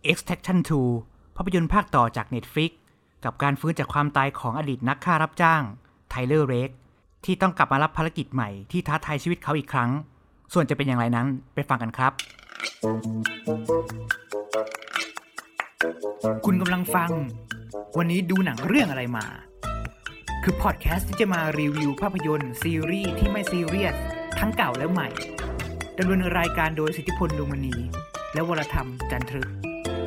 Extraction 2 ภาพยนตร์ภาคต่อจาก Netflix กับการฟื้นจากความตายของอดีตนักฆ่ารับจ้างไทเลอร์ เรคที่ต้องกลับมารับภารกิจใหม่ที่ท้าทายชีวิตเขาอีกครั้งส่วนจะเป็นอย่างไรนั้นไปฟังกันครับคุณกำลังฟังวันนี้ดูหนังเรื่องอะไรมาคือพอดแคสต์ที่จะมารีวิวภาพยนตร์ซีรีส์ที่ไม่ซีเรียสทั้งเก่าและใหม่ดำเนินรายการโดยสิทธิพล ดวงมณีและวรธรรมจันทรึก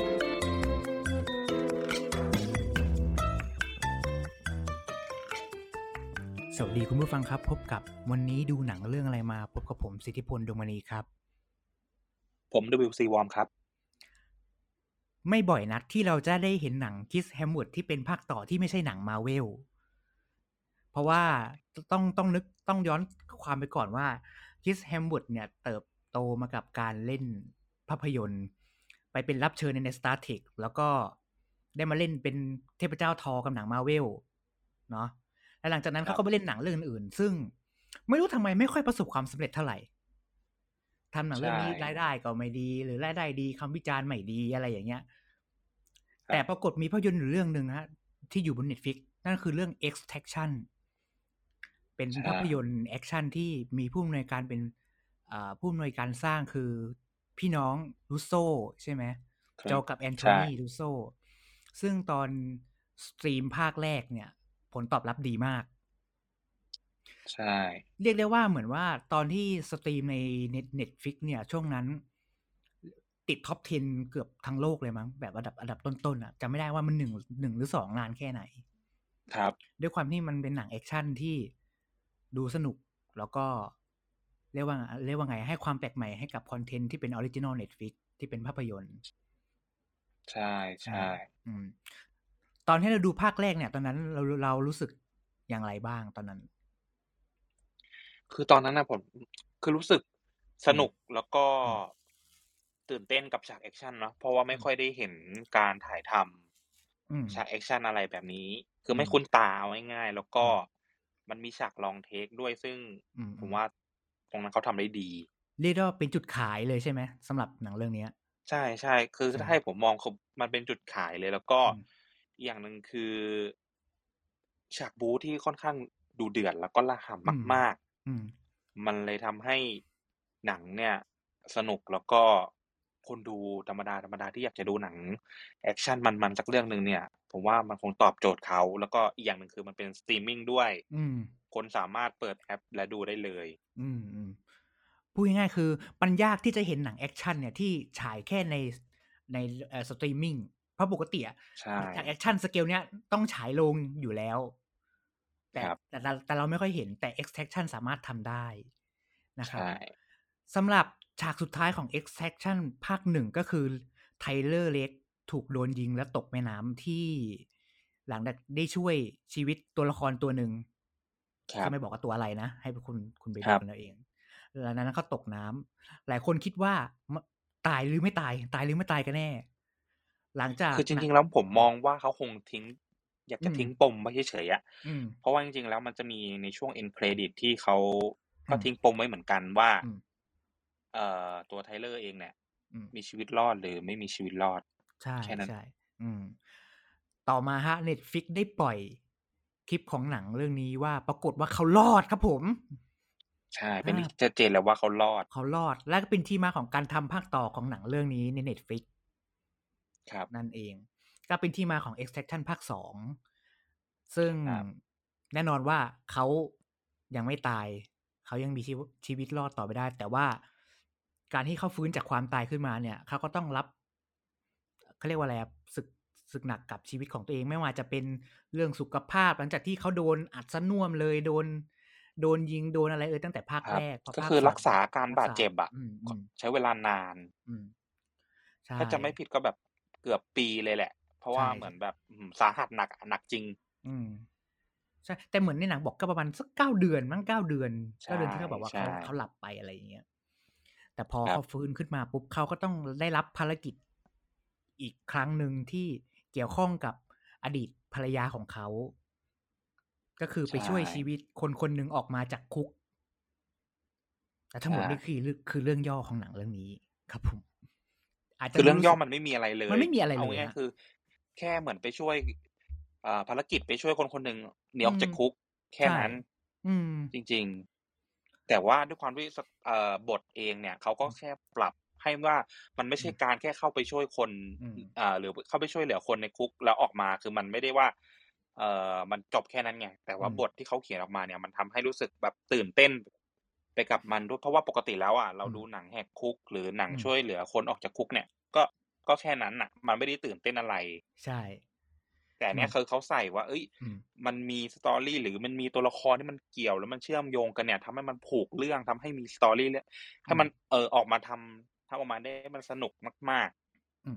สวัสดีคุณผู้ฟังครับพบกับวันนี้ดูหนังเรื่องอะไรมาพบกับผมสิทธิพล ดวงมณีครับผม WC Warm ครับไม่บ่อยนักที่เราจะได้เห็นหนังคิสแฮมวูดที่เป็นภาคต่อที่ไม่ใช่หนังมาร์เวลเพราะว่าต้องย้อนความไปก่อนว่าคิสแฮมวูดเนี่ยเติบโตมากับการเล่นภาพยนตร์ไปเป็นรับเชิญใน Star Trek แล้วก็ได้มาเล่นเป็นเทพเจ้าทอกับหนังมาร์เวลเนาะและหลังจากนั้นเขาก็ไปเล่นหนังเรื่องอื่นๆซึ่งไม่รู้ทำไมไม่ค่อยประสบความสำเร็จเท่าไหร่ทำหนังเรื่องนี้รายได้ก็ไม่ดีหรือรายได้ดีคำวิจารณ์ไม่ดีอะไรอย่างเงี้ยแต่ปรากฏมีภาพยนตร์อยู่เรื่องนึงนะที่อยู่บน Netflix นั่นคือเรื่อง Extraction เป็นภาพยนตร์แอคชั่นที่มีผู้อำนวยการเป็นผู้อำนวยการสร้างคือพี่น้องรูโซใช่ไหมโจกับแอนโทนีรูโซซึ่งตอนสตรีมภาคแรกเนี่ยผลตอบรับดีมากใช่เรียกได้ว่าเหมือนว่าตอนที่สตรีมใน Netflix เนี่ยช่วงนั้นติดท็อป 10 เกือบทั้งโลกเลยมั้งแบบอันดับต้นๆอ่ะจำไม่ได้ว่ามัน1หรือ2นานแค่ไหนครับด้วยความที่มันเป็นหนังแอคชั่นที่ดูสนุกแล้วก็เรียกว่าไงให้ความแปลกใหม่ให้กับคอนเทนต์ที่เป็นออริจินอล Netflix ที่เป็นภาพยนตร์ใช่ใช่ตอนที่เราดูภาคแรกเนี่ยตอนนั้นเรารู้สึกอย่างไรบ้างตอนนั้นคือตอนนั้นนะผมคือรู้สึกสนุกแล้วก็ตื่นเต้นกับฉากแอกชันเนาะเพราะว่าไม่ค่อยได้เห็นการถ่ายทำฉากแอกชันอะไรแบบนี้คือไม่คุ้นตาเอาง่ายๆแล้วก็มันมีฉาก long take ด้วยซึ่งผมว่าตรงนั้นเขาทำได้ดีเรียกได้ว่าเป็นจุดขายเลยใช่ไหมสำหรับหนังเรื่องนี้ใช่ๆคือถ้าให้ผมมองคือมันเป็นจุดขายเลยแล้วก็อีกอย่างหนึ่งคือฉากบู๊ที่ค่อนข้างดุเดือดแล้วก็ระห่ำมากๆมันเลยทำให้หนังเนี่ยสนุกแล้วก็คนดูธรรมดาๆที่อยากจะดูหนังแอกชันมันๆสักเรื่องหนึ่งเนี่ยผมว่ามันคงตอบโจทย์เขาแล้วก็อีกอย่างหนึ่งคือมันเป็นสตรีมมิงด้วยคนสามารถเปิดแอปและดูได้เลยพูดง่ายๆคือมันยากที่จะเห็นหนังแอคชั่นเนี่ยที่ฉายแค่ในสตรีมมิ่งเพราะปกติอะหนังแอคชั่นสเกลเนี้ยต้องฉายโรงอยู่แล้วแต่เราไม่ค่อยเห็นแต่ Extraction สามารถทำได้นะครับสำหรับฉากสุดท้ายของ Extraction ภาค1ก็คือไทเลอร์ เรคถูกโดนยิงและตกแม่น้ำที่หลังจากได้ช่วยชีวิตตัวละครตัวหนึ่งซึ่งไม่บอกว่าตัวอะไรนะให้คุณไปดูกันเอาเองหลังจากนั้นเขาตกน้ำหลายคนคิดว่าตายหรือไม่ตายกันแน่หลังจากคือจริงๆแล้วผมมองว่าเขาคงทิ้งอยากจะทิ้งปมไว้เฉยๆอะเพราะว่าจริงๆแล้วมันจะมีในช่วง end credit ที่เขาก็ทิ้งปมไว้เหมือนกันว่าตัว Tyler เองเนี่ยมีชีวิตรอดหรือไม่มีชีวิตรอดแค่นั้นใช่ต่อมาฮะ Netflix ได้ปล่อยคลิปของหนังเรื่องนี้ว่าปรากฏว่าเขารอดครับผมใช่เป็นที่ชัดเจนแล้วว่าเขารอดและก็เป็นที่มาของการทำภาคต่อของหนังเรื่องนี้ใน Netflix ครับนั่นเองก็เป็นที่มาของ Extraction ภาค2ซึ่งแน่นอนว่าเขายังไม่ตายเขายังมีชีวิตรอดต่อไปได้แต่ว่าการที่เขาฟื้นจากความตายขึ้นมาเนี่ยเขาก็ต้องรับเขาเรียกว่าอะไรศึกหนักกับชีวิตของตัวเองไม่ว่าจะเป็นเรื่องสุขภาพหลังจากที่เขาโดนอัดซะน่วมเลยโดนยิงโดนอะไรตั้งแต่ภาคแรกก็คือรักษาการบาดเจ็บอะใช้เวลานานถ้าจำไม่ผิดก็แบบเกือบปีเลยแหละเพราะว่าเหมือนแบบสาหัสหนักจริงใช่แต่เหมือนในหนังบอกก็ประมาณสัก9 เดือนมั้ง9 เดือนที่เขาบอกว่าเขาหลับไปอะไรอย่างเงี้ยแต่พอเขาฟื้นขึ้นมาปุ๊บเขาก็ต้องได้รับภารกิจอีกครั้งหนึ่งที่เกี่ยวข้องกับอดีตภรรยาของเขาก็คือไปช่วยชีวิตคนหนึ่งออกมาจากคุกแต่ทั้งหมดนี่คือเรื่องย่อของหนังเรื่องนี้ครับผมอาจจะคือเรื่องรู้สึกย่อมันไม่มีอะไรเลยมันไม่มีอะไรเอาเลยครับง่ายๆคือแค่เหมือนไปช่วยภารกิจไปช่วยคนคนหนึ่งหนีอืมออกจากคุกแค่ใช่นั้นอืมจริงๆแต่ว่าด้วยความที่บทเองเนี่ยเขาก็อืมแค่ปรับให้ว่ามันไม่อืมใช่การแค่เข้าไปช่วยคนอืมหรือเข้าไปช่วยเหลือคนในคุกแล้วออกมาคือมันไม่ได้ว่ามันจบแค่นั้นไงแต่อืว่ามบทที่เขาเขียนออกมาเนี่ยมันทำให้รู้สึกแบบตื่นเต้นไปกับมันด้วยเพราะว่าปกติแล้วอะเราอืมดูหนังแหกคุกหรือหนังอืมช่วยเหลือคนออกจากคุกเนี่ยก็ก็แค่นั้นน่ะมันไม่ได้ตื่นเต้นอะไรใช่แต่อันมันเนี้ยคือเขาใส่ว่าเฮ้ยอืมมันมี story หรือมันมีตัวละครที่มันเกี่ยวแล้วมันเชื่อมโยงกันเนี่ยทำให้มันผูกเรื่องทำให้มี story เรื่องให้อืมมันออกมาทำออกมาได้มันสนุกมากอืม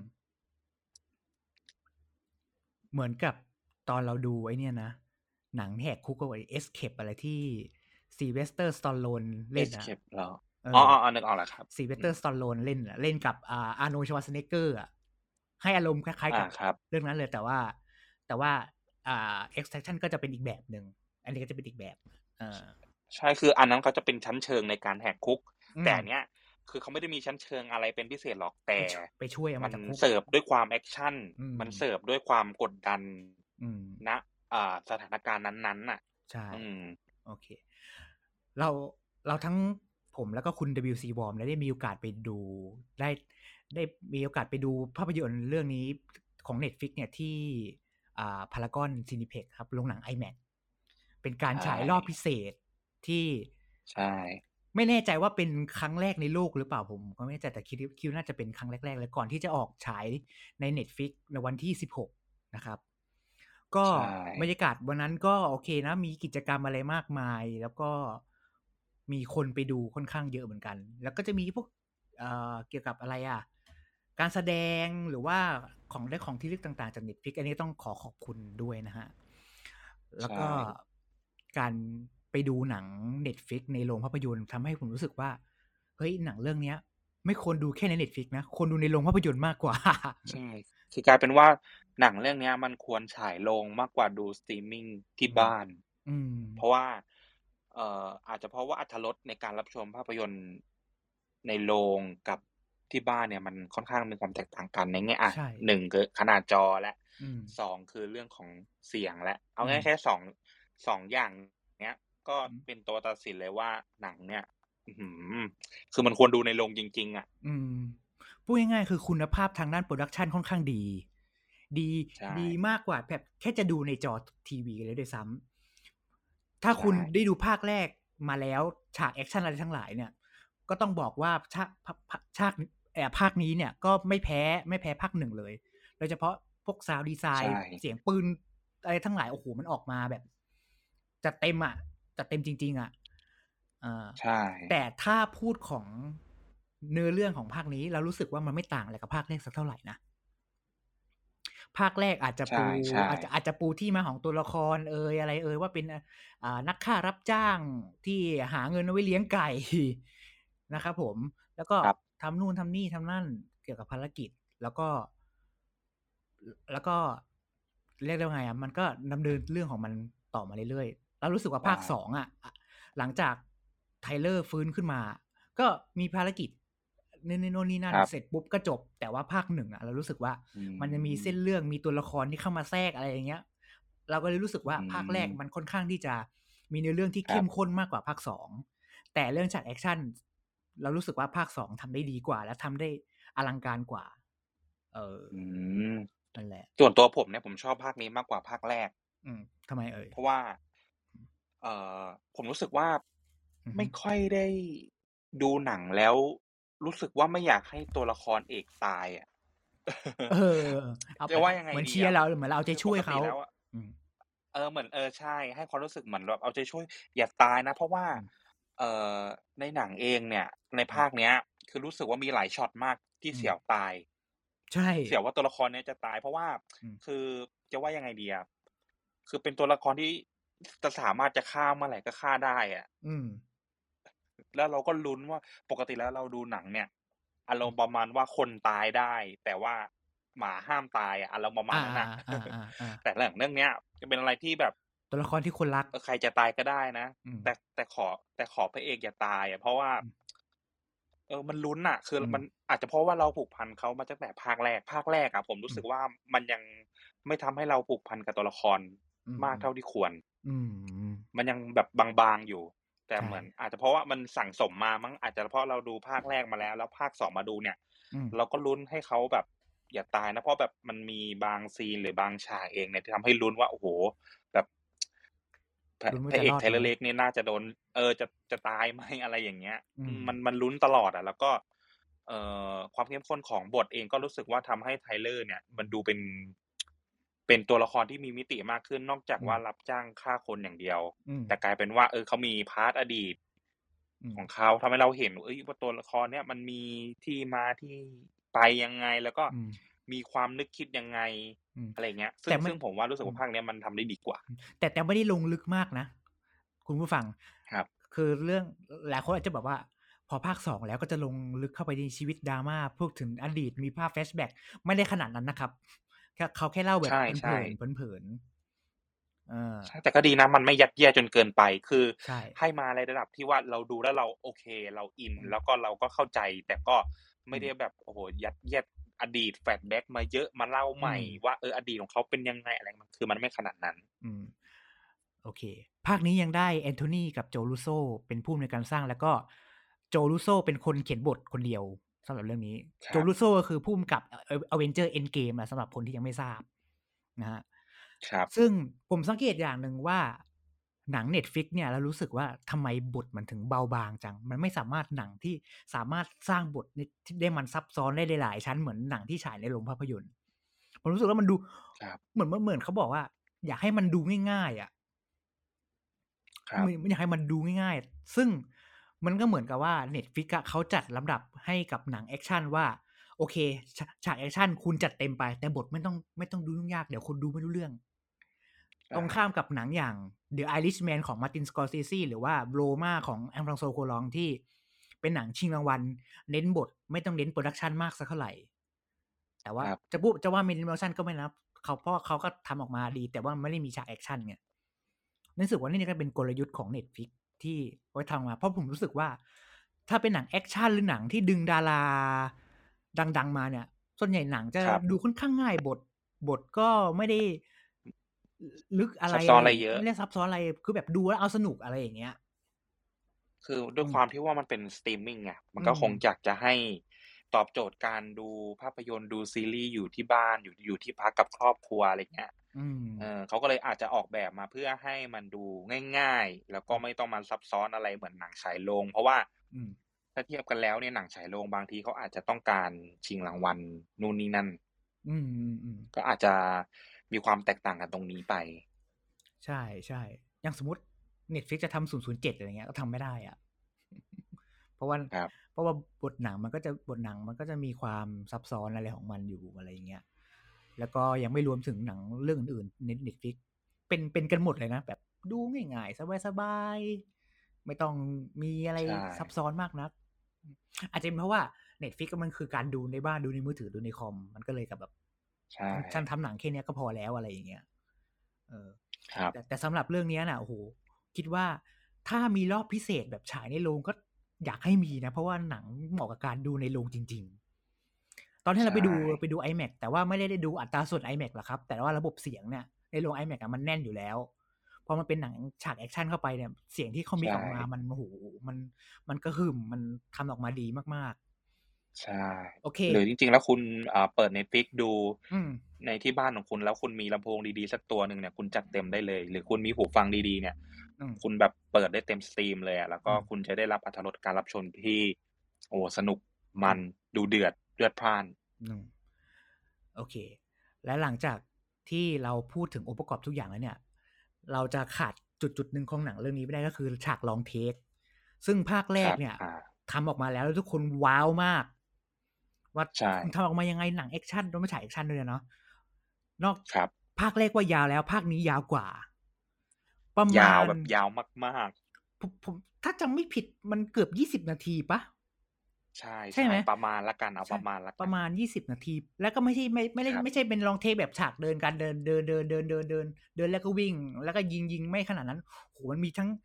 เหมือนกับตอนเราดูไอ้เนี่ยนะหนังแหกคุกกับไอ้ Escape อะไรที่ Sylvester Stallone ๆเล่นอะ Escape เหรอเออ๋ออๆๆนึกออกแล้วครับอื Sylvester ม Stallone เล่นอะเล่นกับArnold Schwarzenegger อะให้อารมณ์คล้ายๆกับครับเรื่องนั้นเลยแต่ว่าExtraction ก็จะเป็นอีกแบบหนึ่งอันนี้ก็จะเป็นอีกแบบเออใช่คืออันนั้นเขาจะเป็นชั้นเชิงในการแหกคุกอืมแต่อันเนี้ยคือเขาไม่ได้มีชั้นเชิงอะไรเป็นพิเศษหรอกแต่ไปช่วยเอามันมาจากคุกเสิร์ฟด้วยความแอกชันอืมมันเสิร์ฟด้วยความกดดันอืมณสถานการณ์นั้นๆน่ะใช่อืมโอเคเราเราทั้งผมแล้วก็คุณ WC Warm ได้มีโอกาสไปดูได้ได้มีโอกาสไปดูภาพยนตร์เรื่องนี้ของ Netflix เนี่ยที่Paragon Cineplex ครับโรงหนัง IMAX เป็นการใช่ฉายรอบพิเศษที่ใช่ไม่แน่ใจว่าเป็นครั้งแรกในโลกหรือเปล่าผมก็ไม่แน่ใจแต่คิดว่าน่าจะเป็นครั้งแรกๆเลยก่อนที่จะออกฉายใน Netflix ในวันที่16นะครับก็ใช่บรรยากาศวันนั้นก็โอเคนะมีกิจกรรมอะไรมากมายแล้วก็มีคนไปดูค่อนข้างเยอะเหมือนกันแล้วก็จะมีพวกเกี่ยวกับอะไรอะการแสดงหรือว่าของที่ระลึกต่างๆจาก Netflix อันนี้ต้องขอขอบคุณด้วยนะฮะแล้วใช่ก็การไปดูหนัง Netflix ในโรงภาพยนตร์ทำให้ผมรู้สึกว่าเฮ้ยหนังเรื่องเนี้ยไม่ควรดูแค่ใน Netflix นะควรดูในโรงภาพยนตร์มากกว่าใช่คือกลายเป็นว่าหนังเรื่องเนี้ยมันควรฉายโรงมากกว่าดูสตรีมมิงที่อืมบ้านอืมเพราะว่าอาจจะเพราะว่าอรรถรสในการรับชมภาพยนตร์ในโรงกับที่บ้านเนี่ยมันค่อนข้างมีความแตกต่างกันในแง่ใช่ 1คือขนาดจอแล้วอืม 2คือเรื่องของเสียงแล้วเอาอืมง่ายๆแค่2อย่างเนี้ยก็อืมเป็นตัวตัดสินเลยว่าหนังเนี่ยอื้อฮือคือมันควรดูในโรงจริงๆอะอืมพูดง่ายๆคือคุณภาพทางด้านโพรดักชันค่อนข้างดีดีใช่ดีมากกว่าแบบแค่จะดูในจอทีวีเลยด้วยซ้ำถ้าคุณใช่ได้ดูภาคแรกมาแล้วฉากแอกชันอะไรทั้งหลายเนี่ยก็ต้องบอกว่าฉากภาคนี้เนี่ยก็ไม่แพ้ภาค1เลยโดยเฉพาะพวก Sound ใช่ Design เสียงปืนอะไรทั้งหลายโอ้โฮมันออกมาแบบจัดเต็มอะจัดเต็มจริงๆอะเออใช่แต่ถ้าพูดของเนื้อเรื่องของภาคนี้เรารู้สึกว่ามันไม่ต่างอะไรกับภาคแรกสักเท่าไหร่นะภาคแรกอาจจะใปูช่อาจจะปูที่มาของตัวละครอะไรว่าเป็นนักฆ่ารับจ้างที่หาเงินเอาไว้เลี้ยงไก่นะครับผมแล้วก็ๆครับทำนู่นทำนี่ทำนั่นเกี่ยวกับภารกิจแล้วก็แล้วก็เรียกได้ว่าไงอะมันก็ดำเนินเรื่องของมันต่อมาเรื่อยๆแล้วรู้สึกว่าภาใช่ค2หลังจาก Tyler ฟื้นขึ้นมา ก็มีภารกิจนี่โน่นนี่นั่ครับนเสร็จปุ๊บก็จบแต่ว่าภาค1เรารู้สึกว่าอืมันจะมีเส้นมเรื่องมีตัวละครที่เข้ามาแทรกอะไรอย่างเงี้ยเราก็เลยรู้สึกว่าอืภาคแรกมันมค่อนข้างที่จะมีเนื้อเรื่องที่เข้มครับข้นมากกว่าภาค2แต่เรื่องฉากแอกชันเรารู้สึกว่าภาค2ทำได้ดีกว่าและทำได้อลังการกว่าเอออืมนั่นแหละส่วนตัวผมเนี่ยผมชอบภาคนี้มากกว่าภาคแรกอืมทำไมเอ่ยเพราะว่าเอ่ผมรู้สึกว่าอือฮึไม่ค่อยได้ดูหนังแล้วรู้สึกว่าไม่อยากให้ตัวละครเอกตายอะเออเอาไปจะว่ายังไงเหมือนดีอะเชียร์เราเหมือนเราเอาใจคือปช่วยเขากติแล้วอะอืมเหมือนใช่ให้ความรู้สึกเหมือนแบบเอาใจช่วยอย่าตายนะเพราะว่าอืมเอ่อในหนังเองเนี่ยในอืมภาคเนี้ยคือรู้สึกว่ามีหลายช็อตมากที่อืมเสี่ยวตายใช่เสี่ยวว่าตัวละครเนี้ยจะตายเพราะว่าอืมคือจะว่ายังไงดีอะคือเป็นตัวละครที่จะสามารถจะฆ่าเมื่อไหร่ก็ฆ่าได้อะอืมแล้วเราก็ลุ้นว่าปกติแล้วเราดูหนังเนี่ยอารอืมมณ์ประมาณว่าคนตายได้แต่ว่าหมาห้ามตายอะอารมณ์ประมาณอานั้นน่ะๆๆแต่หนังเรื่องเนี้ยจะเป็นอะไรที่แบบตัวละครที่คนรักใครจะตายก็ได้นะอืมแต่ขอพระเอกอย่าตายอะเพราะว่าอืมมันลุ้นน่ะคืออืมมันอาจจะเพราะว่าเราผูกพันเขามาตั้งแต่ภาคแรกอะผมอืรู้มสึกว่ามันยังไม่ทำให้เราผูกพันกับตัวละครอืมากเท่ามที่ควรๆอืมมันยังแบบบางๆอยู่แต่ใช่เหมือนอาจจะเพราะว่ามันสั่งสมมามั้งอาจจะเพราะเราดูภาคแรกมาแล้วภาค2มาดูเนี่ยอืมเราก็ลุ้นให้เขาแบบอย่าตายนะเพราะแบบมันมีบางซีนหรือบางฉากเองเนี่ยที่ทำให้ลุ้นว่าโอ้โฮแบบลุ้นว่าพระเอกจะรอดไหม Tyler Rake เนี่ยน่าจะโดนจะตายไหมอะไรอย่างเงี้ยอืมมันลุ้นตลอดอะแล้วก็ความเข้มข้นของบทเองก็รู้สึกว่าทำให้ Tyler เนี่ยมันดูเป็นตัวละครที่มีมิติมากขึ้นนอกจากอืมว่ารับจ้างฆ่าคนอย่างเดียวอืมแต่กลายเป็นว่าเขามีพาร์ตอดีตอืมของเขาทำให้เราเห็นว่าตัวละครเนี้ยมันมีที่มาที่ไปยังไงแล้วก็อืมมีความนึกคิดยังไงอืมอะไรอย่างเงี้ยซึ่แต่ไม่งซึ่งผมว่ารู้สึกอืมว่าภาคเนี้ยมันทำได้ดีกว่าแต่ไม่ได้ลงลึกมากนะคุณผู้ฟังครับคือเรื่องหลายคนอาจจะแบบว่าพอภาค2แล้วก็จะลงลึกเข้าไปในชีวิต drama พวกถึงอดีตมีภาพแฟลชแบ็กไม่ได้ขนาดนั้นนะครับเขาแค่เล่าแบบใช่เผินๆเผินๆๆใช่แต่ก็ดีนะมันไม่ยัดเยียดจนเกินไปคือใช่ให้มาในระดับที่ว่าเราดูแล้วเราโอเคเราอินอืมแล้วก็เราก็เข้าใจแต่ก็อืไม่มได้แบบโอ้โฮยัดเยียดอดีต flashback มาเยอะมาเล่าใหม่อืมว่าอดีตของเขาเป็นยังไงอะไรมันคือมันไม่ขนาดนั้นอืม โอเคภาคนี้ยังได้แอนโทนีกับโจรูโซเป็นผู้ในการสร้างแล้วก็โจรูโซเป็นคนเขียนบทคนเดียวสำหรับเรื่องนี้ครับโจรูโซก็คือผู้กำกับอเวนเจอร์เอ็นเกมสำหรับคนที่ยังไม่ทราบนะฮะครับซึ่งผมสังเกตอย่างหนึ่งว่าหนัง Netflix เนี่ยเรารู้สึกว่าทำไมบทมันถึงเบาบางจังมันไม่สามารถหนังที่สามารถสร้างบทที่ได้มันซับซ้อนได้หลายๆชั้นเหมือนหนังที่ฉายในโรงภาพยนตร์ผมรู้สึกว่ามันดูครับเหมือนเขาบอกว่าอยากให้มันดูง่ายๆอ่ะครับไม่อยากให้มันดูง่ายๆ ซึ่งมันก็เหมือนกับว่า Netflix อะเขาจัดลำดับให้กับหนังแอกชันว่าโอเคฉากแอกชันคุณจัดเต็มไปแต่บทไม่ต้องดูยุ่งยากเดี๋ยวคนดูไม่รู้เรื่องตรใช่งข้ามกับหนังอย่าง The Irishman ของ Martin Scorsese หรือว่า Roma ของ Alfonso Cuarón ที่เป็นหนังชิงรางวัลเน้นบทไม่ต้องเน้นโพรดักชันมากสักเท่าไหร่แต่ว่าครับจะว่าไม่เน้นโพรดักชันก็ไม่นับเพราะเขาก็ทำออกมาดีแต่ว่าไม่ได้มีฉากแอกชันไง รู้สึกว่านี่ก็เป็นกลยุทธ์ของ Netflix ที่ไว้ทำมาเพราะผมรู้สึกว่าถ้าเป็นหนังแอกชันหรือหนังที่ดึงดาราดังๆมาเนี่ยส่วนใหญ่หนังจะครับดูค่อนข้างง่ายบทก็ไม่ได้ลึกอะไรซับซ้ออะไรอย่างนอะไรเยอะไม่ได้ซับซ้อนอะไรคือแบบดูแล้วเอาสนุกอะไรอย่างเงี้ยคือด้วยอืมความที่ว่ามันเป็นสตรีมมิงอะมันอืมก็คงอยากจะให้ตอบโจทย์การดูภาพยนตร์ดูซีรีส์อยู่ที่บ้านอยู่ที่พักกับครอบครัวอะไรเงี้ยอืมเขาก็เลยอาจจะออกแบบมาเพื่อให้มันดูง่ายๆแล้วก็อืมไม่ต้องมาซับซ้อนอะไรเหมือนหนังฉายโรงเพราะว่าอืมถ้าเทียบกันแล้วเนี่ยหนังฉายโรงบางทีเขาอาจจะต้องการชิงรางวัลนู่นนี่นั่นอืมอืมอืมก็อาจจะมีความแตกต่างกันตรงนี้ไปใช่ใช่อย่างสมมติ Netflix จะทำ007อะไรเงี้ยก็ทำไม่ได้อะ เพราะว่าครับเพราะว่าบทหนังมันก็จะมีความซับซ้อนอะไรของมันอยู่อะไรอย่างเงี้ยแล้วก็ยังไม่รวมถึงหนังเรื่องอื่นๆใน Netflix เป็นกันหมดเลยนะแบบดูง่ายๆสบายๆไม่ต้องมีอะไรใช่ซับซ้อนมากนักอาจจะเป็นเพราะว่า Netflix มันคือการดูในบ้านดูในมือถือดูในคอมมันก็เลยกับแบบใช่ฉันทำหนังแค่นี้ก็พอแล้วอะไรอย่างเงี้ยเออครับแต่สำหรับเรื่องนี้น่ะโอ้โหคิดว่าถ้ามีรอบพิเศษแบบฉายในโรงก็ อยากให้มีนะเพราะว่าหนังเหมาะกับการดูในโรงจริงๆตอนที่เราใช่ไปดู IMAX แต่ว่าไม่ได้ดูอัตราส่วน IMAX หรอกครับแต่ว่าระบบเสียงเนี่ยในโรง IMAX มันแน่นอยู่แล้วพอมันเป็นหนังฉากแอคชั่นเข้าไปเนี่ยเสียงที่เขามิกใช่ออกมามันโอ้โหมันกระหึ่มมันทำออกมาดีมากใช่ๆโอเคหรือจริงๆแล้วคุณเปิด Netflix ดูอืมในที่บ้านของคุณแล้วคุณมีลำโพงดีๆสักตัวหนึ่งเนี่ยคุณจัดเต็มได้เลยหรือคุณมีหูฟังดีๆเนี่ยอืมคุณแบบเปิดได้เต็มสตรีมเลยอะแล้วก็อืมคุณจะได้รับอรรถรสการรับชมที่โอ้โฮสนุกมันอืมดุเดือดเลือดพล่านอืมโอเคและหลังจากที่เราพูดถึงองค์ประกอบทุกอย่างแล้วเนี่ยเราจะขาดจุดหนึ่งของหนังเรื่องนี้ไม่ได้ก็คือฉากลองเทคซึ่งภาคแรครับกเนี่ยอาทำออกมาแล้วทุกคนว้าวมากว่าใช่คุณทำออกมายังไงหนังแอคชั่นต้องไม่ฉายแอคชั่นด้วยเนาะนอกครับภาคแรกว่ายาวแล้วภาคนี้ยาวกว่าประมาณยาวแบบยาวมากๆผมถ้าจำไม่ผิดมันเกือบ20 นาทีปะใชใช่่ไหมๆประมาณแล้วกันเอาปใช่ระมาณแล้วกันประมาณ20 นาทีแล้วก็ไม่ใช่ครับเป็นลองเทคแบบฉากเดินการเดินแล้วก็วิ่งแล้วก็ยิงไม่ขนาดนั้นโหมันมีทั้ง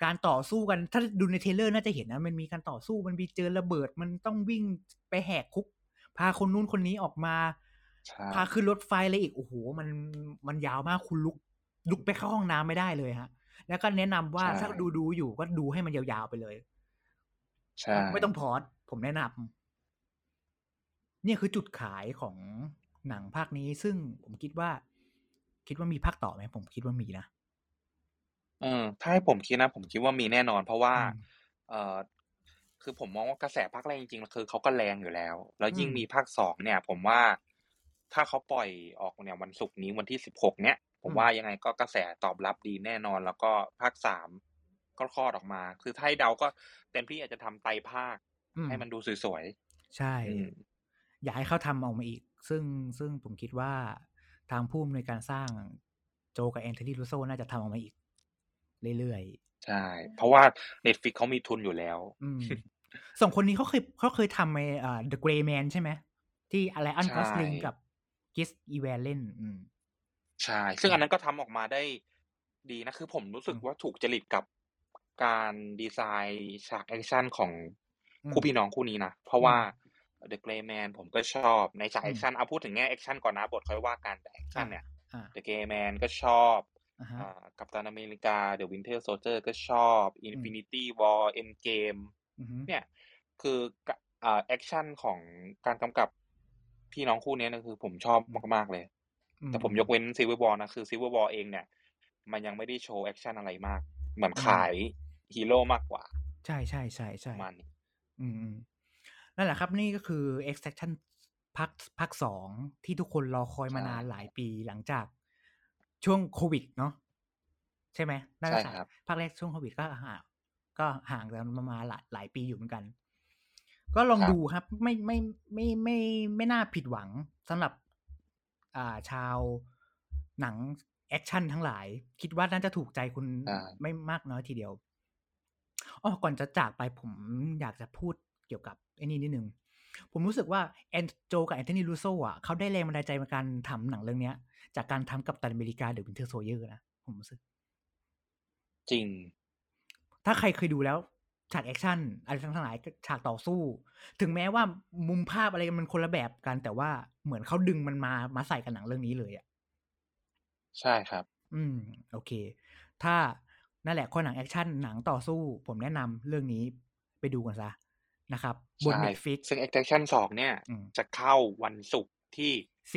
การต่อสู้กันถ้าดูในเทรลเลอร์น่าจะเห็นนะมันมีการต่อสู้มันมีเจอระเบิดมันต้องวิ่งไปแหกคุกพาคนนู้นคนนี้ออกมาพาขึ้นรถไฟเลยอีกโอ้โหมันยาวมากคุณลุกไปเข้าห้องน้ำไม่ได้เลยฮะแล้วก็แนะนำว่าถ้าดูอยู่ก็ดูให้มันยาวๆไปเลยใช่ไม่ต้องพอดผมแนะนำเนี่ยคือจุดขายของหนังภาคนี้ซึ่งผมคิดว่ามีภาคต่อไหมผมคิดว่ามีนะถ้าให้ผมคิดนะผมคิดว่ามีแน่นอนเพราะว่าคือผมมองว่ากระแสภาคแรกจริงๆคือเขาก็แรงอยู่แล้วแล้วยิ่งมีภาค2เนี่ยผมว่าถ้าเขาปล่อยออกเนี่ยวันศุกร์นี้วันที่16เนี่ยผมว่ายังไงก็กระแสตอบรับดีแน่นอนแล้วก็ภาค3ก็คลอดออกมาคือถ้าให้เดาก็เต็มที่อาจจะทำไตรภาคให้มันดูสวยๆใช่อยากให้เขาทำออกมาอีกซึ่งผมคิดว่าทางผู้อำนวยการสร้างโจกับแอนโทนีรูโซน่าจะทำออกมาอีกเรื่อยๆใช่เพราะว่า Netflix เขามีทุนอยู่แล้วสองคนนี้เขาเคยทำในThe Gray Man ใช่ไหมที่อะไรอันกอสลิงกับกิสอีแวนเล่นใช่ซึ่งอันนั้นก็ทำออกมาได้ดีนะคือผมรู้สึกว่าถูกจริตกับการดีไซน์ฉากแอคชั่นของคู่พี่น้องคู่นี้นะเพราะว่า The Gray Man ผมก็ชอบในฉากแอคชั่นเอาพูดถึงแง่แอคชั่นก่อนนะบทค่อยว่ากันแต่แอคชั่นเนี่ย The Gray Man ก็ชอบกัปตันอเมริกา The Winter Soldier ก็ชอบ Infinity War Endgame เนี่ยคือแอคชั่นของการกำกับพี่น้องคู่นี้นะคือผมชอบมากๆเลยแต่ผมยกเว้น Civil War นะคือ Civil War เองเนี่ยมันยังไม่ได้โชว์แอคชั่นอะไรมากเหมือนขายฮีโร่มากกว่าใช่ๆๆๆมันนั่นแหละครับนี่ก็คือ Extraction ภาค2ที่ทุกคนรอคอยมานานหลายปีหลังจากช่วงโควิดเนาะใช่ไหมน่าจะภาคแรกช่วงโควิดก็ห่างกันมาหลายปีอยู่เหมือนกันก็ลองดูครับไม่น่าผิดหวังสำหรับชาวหนังแอคชั่นทั้งหลายคิดว่าน่าจะถูกใจคุณไม่มากน้อยทีเดียวก่อนจะจากไปผมอยากจะพูดเกี่ยวกับไอ้นี่นิดนึงผมรู้สึกว่าโจกับแอนโทนีรูโซเขาได้แรงบันดาลใจในการทำหนังเรื่องนี้จากการทำกัปตันอเมริกาหรือวินเทอร์โซลเยอร์นะผมรู้สึกจริงถ้าใครเคยดูแล้วฉากแอคชั่นอะไรทั้งหลายฉากต่อสู้ถึงแม้ว่ามุมภาพอะไรมันคนละแบบกันแต่ว่าเหมือนเขาดึงมันมาใส่กับหนังเรื่องนี้เลยใช่ครับโอเคถ้านั่นแหละคนหนังแอคชั่นหนังต่อสู้ผมแนะนำเรื่องนี้ไปดูกันซะนะครับบน Netflix ซึ่ง Extraction 2เนี่ยจะเข้าวันศุกร์ที่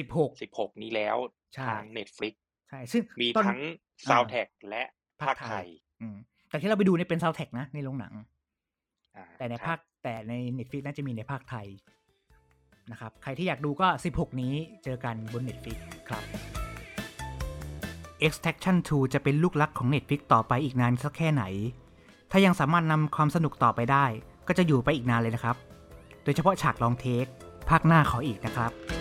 16นี้แล้วทาง Netflix ใช่ซึ่งมีทั้ง Soundtrack และภาคไทยแต่ที่เราไปดูเนี่ยเป็น Soundtrack นะในโรงหนังแต่ใน Netflix น่าจะมีในภาคไทยนะครับใครที่อยากดูก็16นี้เจอกันบน Netflix ครับ Extraction 2 จะเป็นลูกรักของ Netflix ต่อไปอีกนานสักแค่ไหนถ้ายังสามารถนำความสนุกต่อไปได้ก็จะอยู่ไปอีกนานเลยนะครับโดยเฉพาะฉากลองเทคภาคหน้าขออีกนะครับ